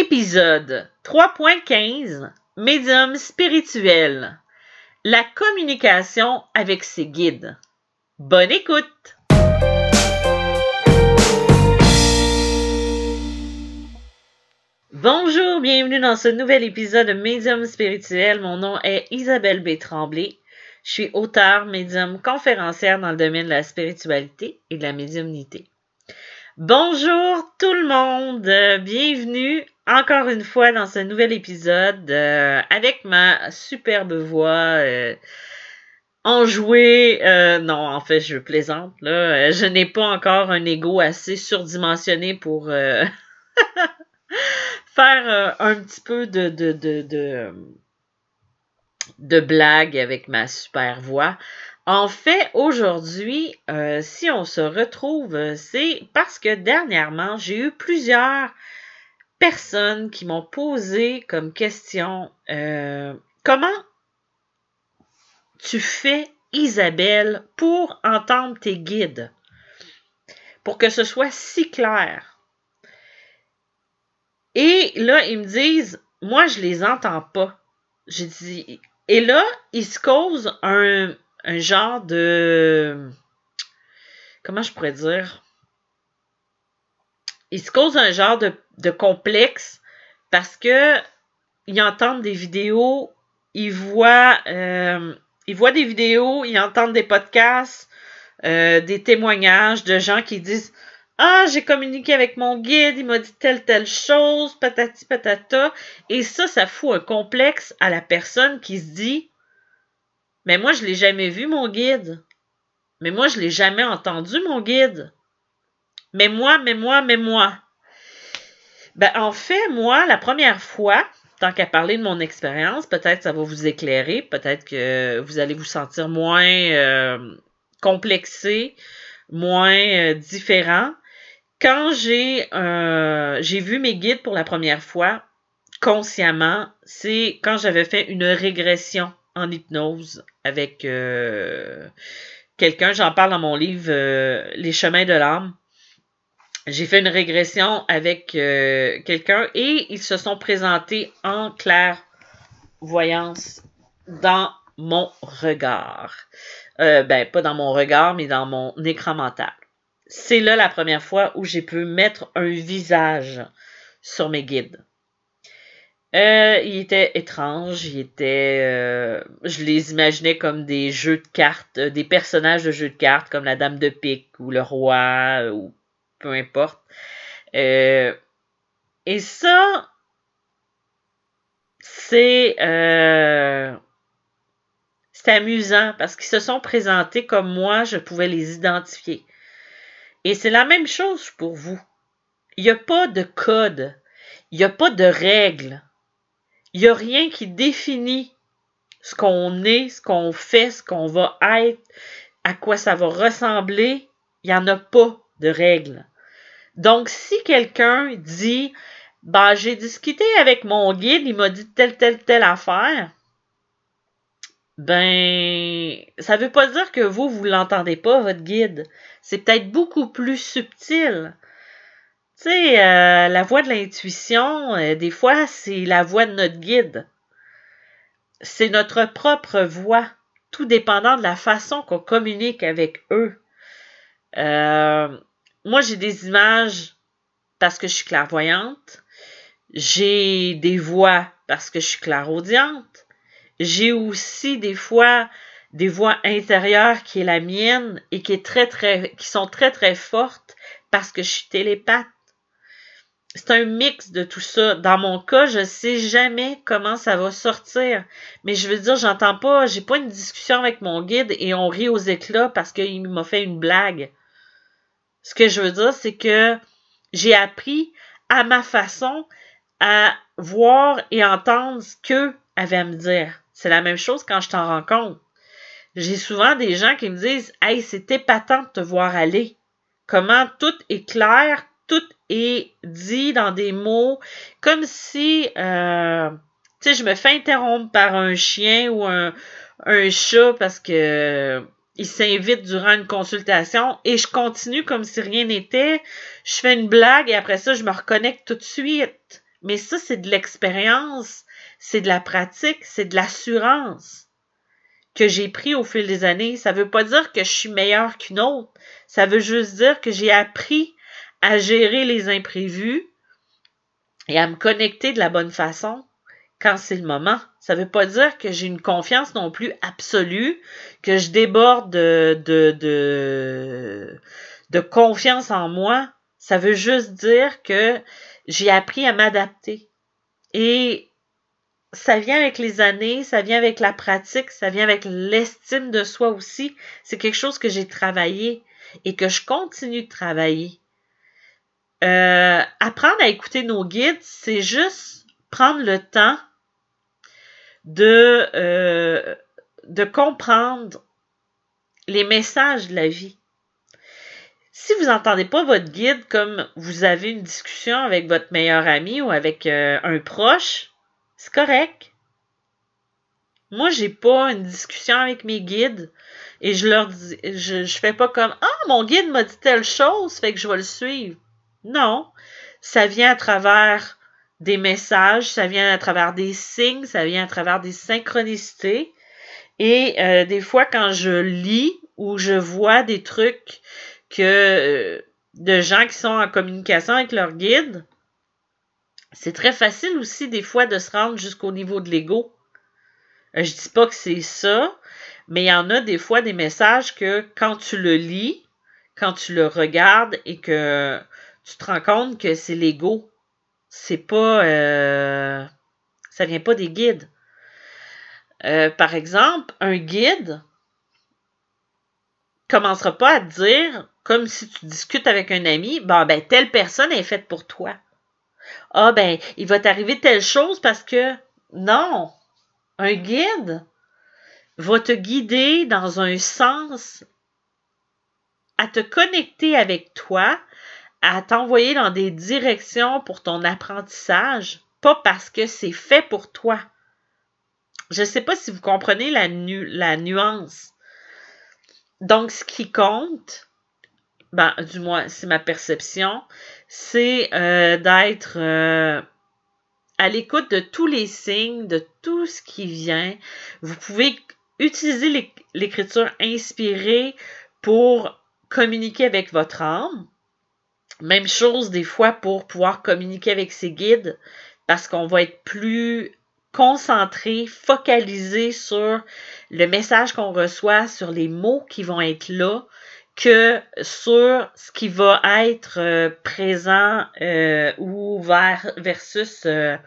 Épisode 3.15 Médium spirituel. La communication avec ses guides. Bonne écoute! Bonjour, bienvenue dans ce nouvel épisode de Médium spirituel. Mon nom est Isabelle B. Tremblay. Je suis auteure, médium, conférencière dans le domaine de la spiritualité et de la médiumnité. Bonjour tout le monde, bienvenue encore une fois dans ce nouvel épisode avec ma superbe voix enjouée. Non, en fait, je plaisante, là. Je n'ai pas encore un ego assez surdimensionné pour faire un petit peu de blague avec ma super voix. En fait, aujourd'hui, si on se retrouve, c'est parce que dernièrement, j'ai eu plusieurs personnes qui m'ont posé comme question comment tu fais, Isabelle, pour entendre tes guides? Pour que ce soit si clair. Et là, ils me disent, moi, je les entends pas. J'ai dit, et là, ils se causent un genre de... Comment je pourrais dire? Ils se causent un genre de complexe parce que ils entendent des vidéos, ils voient des vidéos, ils entendent des podcasts, des témoignages de gens qui disent « Ah, j'ai communiqué avec mon guide, il m'a dit telle chose, patati patata. » Et ça fout un complexe à la personne qui se dit « Mais moi, je l'ai jamais vu, mon guide. Mais moi, je l'ai jamais entendu, mon guide. Mais moi. » Ben, en fait, moi, la première fois, tant qu'à parler de mon expérience, peut-être ça va vous éclairer, peut-être que vous allez vous sentir moins complexé, moins différent. Quand j'ai vu mes guides pour la première fois, consciemment, c'est quand j'avais fait une régression en hypnose avec quelqu'un, j'en parle dans mon livre Les chemins de l'âme. J'ai fait une régression avec quelqu'un et ils se sont présentés en clairvoyance dans mon regard. Pas dans mon regard, mais dans mon écran mental. C'est là la première fois où j'ai pu mettre un visage sur mes guides. Il était étrange, je les imaginais comme des jeux de cartes, des personnages de jeux de cartes comme la dame de pique ou le roi ou peu importe. Et ça, c'est amusant parce qu'ils se sont présentés comme moi, je pouvais les identifier. Et c'est la même chose pour vous. Il n'y a pas de code, il n'y a pas de règles, il n'y a rien qui définit ce qu'on est, ce qu'on fait, ce qu'on va être, à quoi ça va ressembler. Il n'y en a pas de règles. Donc, si quelqu'un dit « Ben, j'ai discuté avec mon guide, il m'a dit telle affaire », ben, ça veut pas dire que vous l'entendez pas, votre guide. C'est peut-être beaucoup plus subtil. Tu sais, la voix de l'intuition, des fois, c'est la voix de notre guide. C'est notre propre voix, tout dépendant de la façon qu'on communique avec eux. Moi, j'ai des images parce que je suis clairvoyante. J'ai des voix parce que je suis clairaudiente. J'ai aussi des fois des voix intérieures qui est la mienne et qui sont très fortes parce que je suis télépathe. C'est un mix de tout ça. Dans mon cas, je sais jamais comment ça va sortir. Mais je veux dire, j'ai pas une discussion avec mon guide et on rit aux éclats parce qu'il m'a fait une blague. Ce que je veux dire, c'est que j'ai appris à ma façon à voir et entendre ce qu'eux avaient à me dire. C'est la même chose quand je t'en rencontre. J'ai souvent des gens qui me disent « Hey, c'est épatant de te voir aller. Comment tout est clair, tout est dit dans des mots, comme si, tu sais, je me fais interrompre par un chien ou un chat parce que il s'invite durant une consultation et je continue comme si rien n'était. Je fais une blague et après ça, je me reconnecte tout de suite. Mais ça, c'est de l'expérience, c'est de la pratique, c'est de l'assurance que j'ai pris au fil des années. Ça veut pas dire que je suis meilleure qu'une autre. Ça veut juste dire que j'ai appris à gérer les imprévus et à me connecter de la bonne façon quand c'est le moment. Ça veut pas dire que j'ai une confiance non plus absolue, que je déborde de confiance en moi. Ça veut juste dire que j'ai appris à m'adapter. Et ça vient avec les années, ça vient avec la pratique, ça vient avec l'estime de soi aussi. C'est quelque chose que j'ai travaillé et que je continue de travailler. Apprendre à écouter nos guides, c'est juste prendre le temps de comprendre les messages de la vie. Si vous n'entendez pas votre guide comme vous avez une discussion avec votre meilleur ami ou avec un proche, c'est correct. Moi, j'ai pas une discussion avec mes guides et je leur dis, je fais pas comme ah, mon guide m'a dit telle chose, fait que je vais le suivre. Non, ça vient à travers des messages, ça vient à travers des signes, ça vient à travers des synchronicités. Et des fois, quand je lis ou je vois des trucs de gens qui sont en communication avec leur guide, c'est très facile aussi des fois de se rendre jusqu'au niveau de l'ego. Je dis pas que c'est ça, mais il y en a des fois des messages que quand tu le lis, quand tu le regardes et que tu te rends compte que c'est l'ego, c'est pas, ça vient pas des guides. Par exemple, un guide commencera pas à te dire, comme si tu discutes avec un ami, ben telle personne est faite pour toi. Ah ben, il va t'arriver telle chose parce que non, un guide va te guider dans un sens à te connecter avec toi, à t'envoyer dans des directions pour ton apprentissage, pas parce que c'est fait pour toi. Je ne sais pas si vous comprenez la nuance. Donc, ce qui compte, ben, du moins, c'est ma perception, c'est d'être à l'écoute de tous les signes, de tout ce qui vient. Vous pouvez utiliser l'écriture inspirée pour communiquer avec votre âme. Même chose des fois pour pouvoir communiquer avec ses guides, parce qu'on va être plus concentré, focalisé sur le message qu'on reçoit, sur les mots qui vont être là, que sur ce qui va être présent ou versus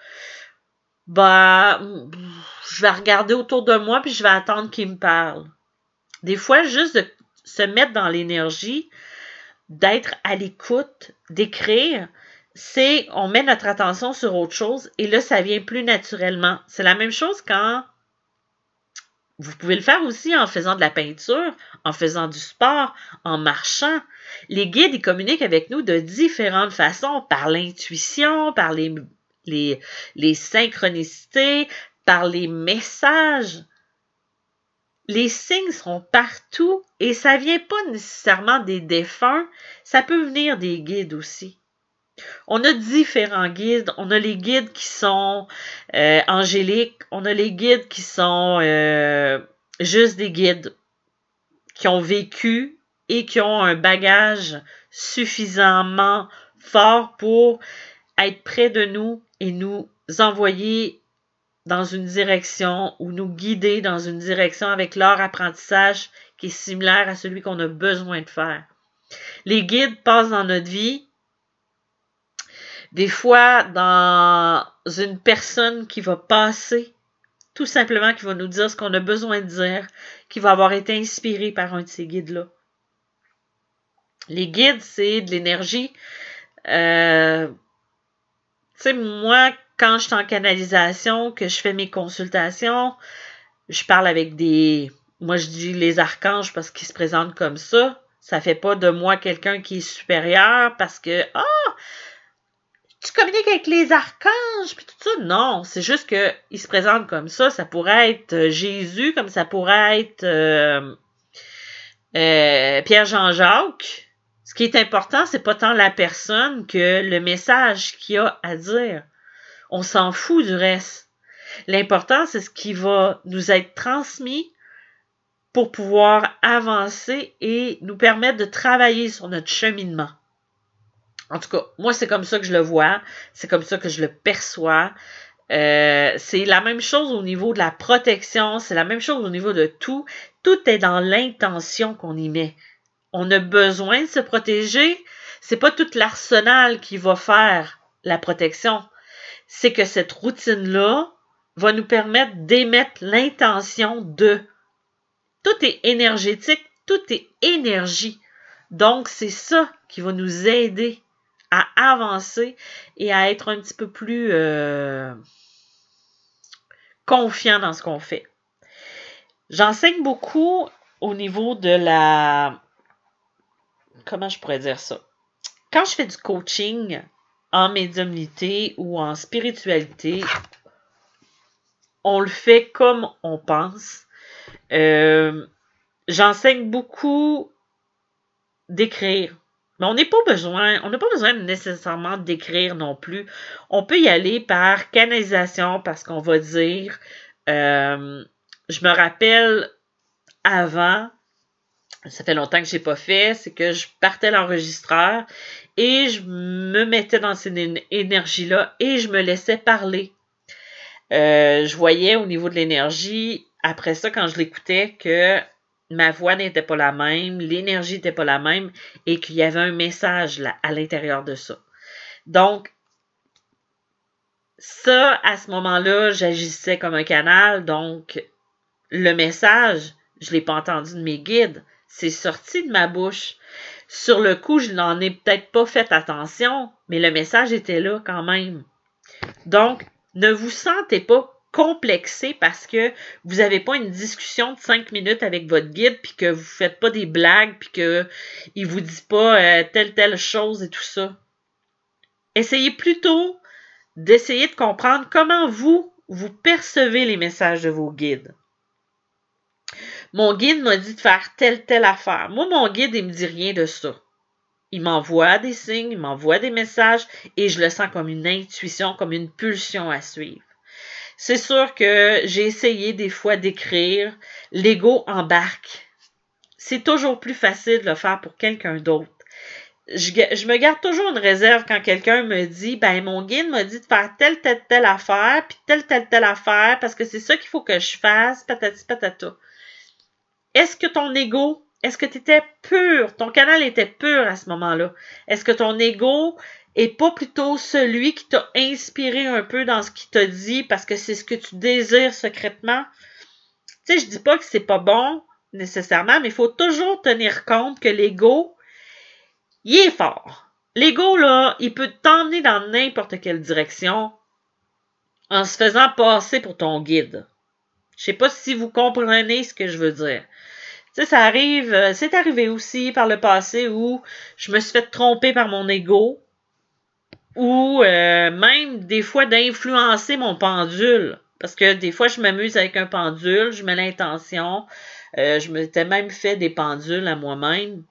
je vais regarder autour de moi puis je vais attendre qu'il me parle. Des fois, juste de se mettre dans l'énergie, d'être à l'écoute, d'écrire, c'est on met notre attention sur autre chose et là, ça vient plus naturellement. C'est la même chose quand vous pouvez le faire aussi en faisant de la peinture, en faisant du sport, en marchant. Les guides, ils communiquent avec nous de différentes façons, par l'intuition, par les synchronicités, par les messages. Les signes sont partout et ça vient pas nécessairement des défunts, ça peut venir des guides aussi. On a différents guides. On a les guides qui sont angéliques. On a les guides qui sont juste des guides qui ont vécu et qui ont un bagage suffisamment fort pour être près de nous et nous envoyer dans une direction ou nous guider dans une direction avec leur apprentissage qui est similaire à celui qu'on a besoin de faire. Les guides passent dans notre vie. Des fois, dans une personne qui va passer, tout simplement qui va nous dire ce qu'on a besoin de dire, qui va avoir été inspiré par un de ces guides-là. Les guides, c'est de l'énergie. Tu sais, moi, quand je suis en canalisation, que je fais mes consultations, je parle avec moi je dis les archanges parce qu'ils se présentent comme ça. Ça fait pas de moi quelqu'un qui est supérieur parce que, tu communiques avec les archanges puis tout ça. Non, c'est juste que ils se présentent comme ça. Ça pourrait être Jésus, comme ça pourrait être Pierre-Jean-Jacques. Ce qui est important, c'est pas tant la personne que le message qu'il y a à dire. On s'en fout du reste. L'important, c'est ce qui va nous être transmis pour pouvoir avancer et nous permettre de travailler sur notre cheminement. En tout cas, moi, c'est comme ça que je le vois, c'est comme ça que je le perçois. C'est la même chose au niveau de la protection, c'est la même chose au niveau de tout. Tout est dans l'intention qu'on y met. On a besoin de se protéger. C'est pas tout l'arsenal qui va faire la protection. C'est que cette routine-là va nous permettre d'émettre l'intention de. Tout est énergétique, tout est énergie. Donc, c'est ça qui va nous aider à avancer et à être un petit peu plus confiant dans ce qu'on fait. J'enseigne beaucoup au niveau de la... Comment je pourrais dire ça? Quand je fais du coaching en médiumnité ou en spiritualité, on le fait comme on pense. J'enseigne beaucoup d'écrire. Mais on n'a pas besoin nécessairement d'écrire non plus. On peut y aller par canalisation parce qu'on va dire, je me rappelle avant, ça fait longtemps que j'ai pas fait, c'est que je partais l'enregistreur et je me mettais dans cette énergie-là et je me laissais parler. Je voyais au niveau de l'énergie, après ça, quand je l'écoutais, que ma voix n'était pas la même, l'énergie n'était pas la même et qu'il y avait un message là, à l'intérieur de ça. Donc, ça, à ce moment-là, j'agissais comme un canal. Donc, le message, je ne l'ai pas entendu de mes guides. C'est sorti de ma bouche. Sur le coup, je n'en ai peut-être pas fait attention, mais le message était là quand même. Donc, ne vous sentez pas complexé parce que vous n'avez pas une discussion de 5 minutes avec votre guide puis que vous ne faites pas des blagues puis qu'il ne vous dit pas telle chose et tout ça. Essayez plutôt d'essayer de comprendre comment vous percevez les messages de vos guides. Mon guide m'a dit de faire telle affaire. Moi, mon guide, il me dit rien de ça. Il m'envoie des signes, il m'envoie des messages et je le sens comme une intuition, comme une pulsion à suivre. C'est sûr que j'ai essayé des fois d'écrire, l'ego embarque. C'est toujours plus facile de le faire pour quelqu'un d'autre. Je me garde toujours une réserve quand quelqu'un me dit, ben mon guide m'a dit de faire telle affaire, puis telle affaire, parce que c'est ça qu'il faut que je fasse, patati patata. Est-ce que ton ego, est-ce que tu étais pur, ton canal était pur à ce moment-là? Est-ce que ton ego est pas plutôt celui qui t'a inspiré un peu dans ce qu'il t'a dit parce que c'est ce que tu désires secrètement? Tu sais, je dis pas que c'est pas bon nécessairement, mais il faut toujours tenir compte que l'ego, il est fort. L'ego, là, il peut t'emmener dans n'importe quelle direction en se faisant passer pour ton guide. Je sais pas si vous comprenez ce que je veux dire. Tu sais, ça arrive, c'est arrivé aussi par le passé où je me suis fait tromper par mon ego ou même des fois d'influencer mon pendule. Parce que des fois, je m'amuse avec un pendule, je mets l'intention. Je m'étais même fait des pendules à moi-même.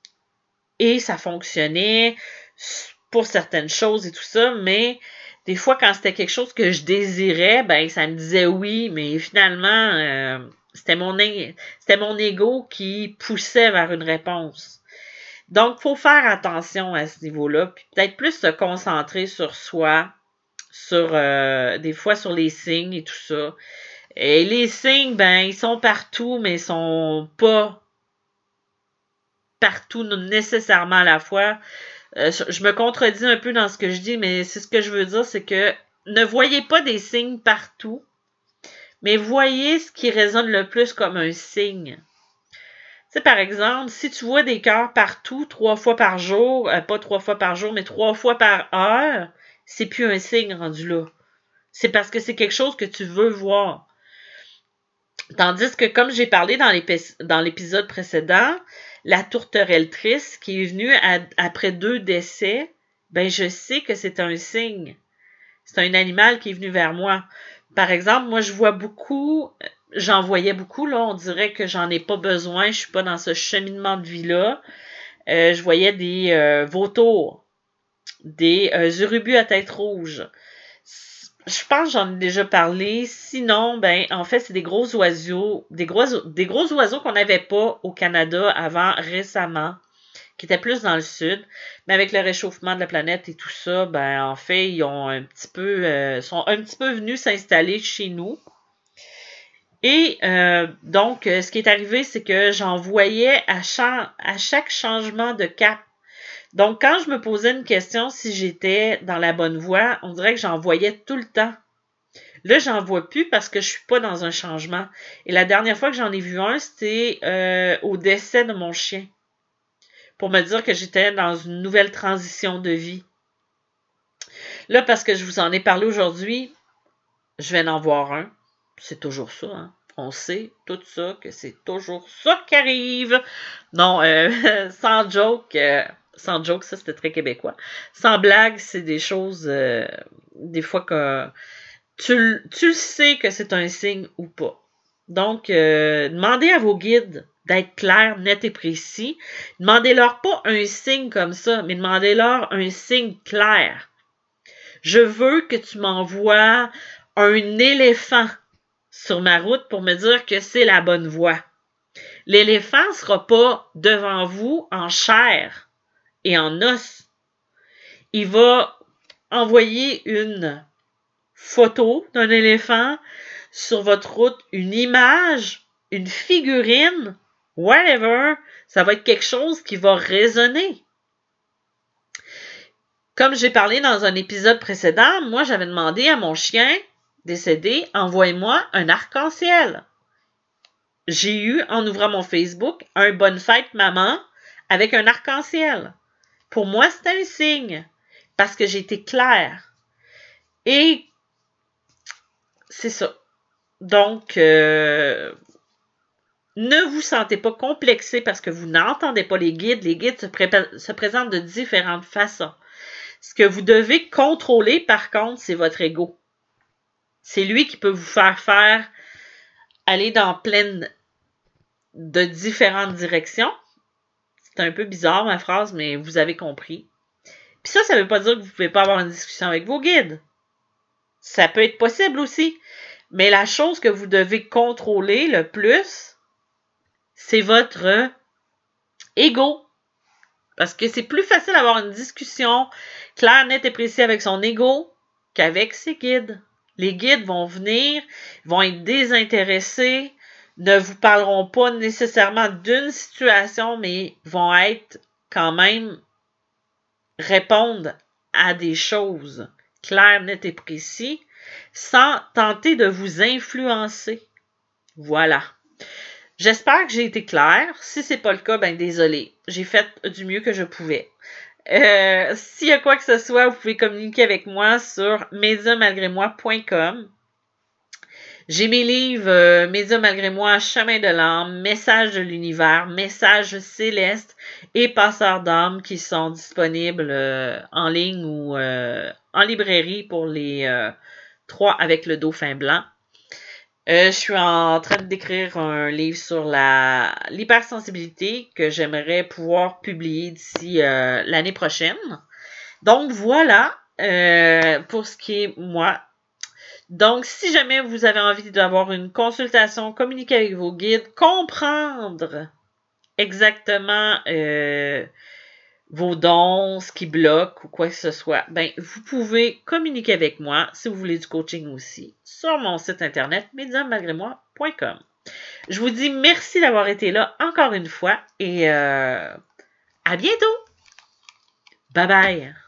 Et ça fonctionnait pour certaines choses et tout ça, mais des fois, quand c'était quelque chose que je désirais, ben ça me disait oui, mais finalement, c'était mon ego qui poussait vers une réponse. Donc, il faut faire attention à ce niveau-là, puis peut-être plus se concentrer sur soi, sur des fois sur les signes et tout ça. Et les signes, ben, ils sont partout, mais ils sont pas partout nécessairement à la fois. Je me contredis un peu dans ce que je dis, mais c'est ce que je veux dire, c'est que ne voyez pas des signes partout, mais voyez ce qui résonne le plus comme un signe. Tu sais, par exemple, si tu vois des cœurs partout, 3 fois par jour, pas 3 fois par jour, mais 3 fois par heure, c'est plus un signe rendu là. C'est parce que c'est quelque chose que tu veux voir. Tandis que, comme j'ai parlé dans l'épisode précédent, la tourterelle triste qui est venue après 2 décès, ben je sais que c'est un signe. C'est un animal qui est venu vers moi. Par exemple, moi je vois beaucoup, j'en voyais beaucoup, là, on dirait que j'en ai pas besoin, je suis pas dans ce cheminement de vie-là. Je voyais des vautours, des urubus à tête rouge. je pense que j'en ai déjà parlé. Sinon, ben, en fait, c'est des gros oiseaux, des gros oiseaux qu'on n'avait pas au Canada avant récemment, qui étaient plus dans le sud. Mais avec le réchauffement de la planète et tout ça, ben, en fait, ils ont sont un petit peu venus s'installer chez nous. Et donc, ce qui est arrivé, c'est que j'en voyais à chaque changement de cap. Donc, quand je me posais une question si j'étais dans la bonne voie, on dirait que j'en voyais tout le temps. Là, j'en vois plus parce que je suis pas dans un changement. Et la dernière fois que j'en ai vu un, c'était au décès de mon chien. Pour me dire que j'étais dans une nouvelle transition de vie. Là, parce que je vous en ai parlé aujourd'hui, je vais en voir un. C'est toujours ça, hein. On sait tout ça, que c'est toujours ça qui arrive. Non, sans joke, ça c'était très québécois. Sans blague, c'est des choses, des fois que tu le sais que c'est un signe ou pas. Donc, demandez à vos guides d'être clairs, nets et précis. Demandez-leur pas un signe comme ça, mais demandez-leur un signe clair. Je veux que tu m'envoies un éléphant sur ma route pour me dire que c'est la bonne voie. L'éléphant ne sera pas devant vous en chair et en os. Il va envoyer une photo d'un éléphant sur votre route, une image, une figurine, whatever. Ça va être quelque chose qui va résonner. Comme j'ai parlé dans un épisode précédent, moi j'avais demandé à mon chien décédé, envoie-moi un arc-en-ciel. J'ai eu, en ouvrant mon Facebook, un bonne fête maman avec un arc-en-ciel. Pour moi, c'était un signe parce que j'ai été claire. Et c'est ça. Donc, ne vous sentez pas complexé parce que vous n'entendez pas les guides. Les guides se présentent de différentes façons. Ce que vous devez contrôler, par contre, c'est votre ego. C'est lui qui peut vous faire aller dans pleine de différentes directions. C'est un peu bizarre ma phrase, mais vous avez compris. Puis ça veut pas dire que vous pouvez pas avoir une discussion avec vos guides. Ça peut être possible aussi. Mais la chose que vous devez contrôler le plus, c'est votre ego. Parce que c'est plus facile d'avoir une discussion claire, nette et précise avec son ego qu'avec ses guides. Les guides vont venir, vont être désintéressés, ne vous parleront pas nécessairement d'une situation, mais vont être quand même répondre à des choses claires, nettes et précises, sans tenter de vous influencer. Voilà. J'espère que j'ai été claire. Si c'est pas le cas, ben désolé. J'ai fait du mieux que je pouvais. S'il y a quoi que ce soit, vous pouvez communiquer avec moi sur mediamalgrémoi.com. J'ai mes livres Média malgré moi, Chemin de l'âme, Message de l'univers, Message céleste et Passeur d'âme qui sont disponibles en ligne ou en librairie pour les 3 avec le dauphin blanc. Je suis en train d'écrire un livre sur l'hypersensibilité que j'aimerais pouvoir publier d'ici l'année prochaine. Donc voilà pour ce qui est moi. Donc, si jamais vous avez envie d'avoir une consultation, communiquer avec vos guides, comprendre exactement vos dons, ce qui bloque ou quoi que ce soit, ben, vous pouvez communiquer avec moi si vous voulez du coaching aussi sur mon site internet mediummalgrémoi.com. Je vous dis merci d'avoir été là encore une fois et à bientôt! Bye bye!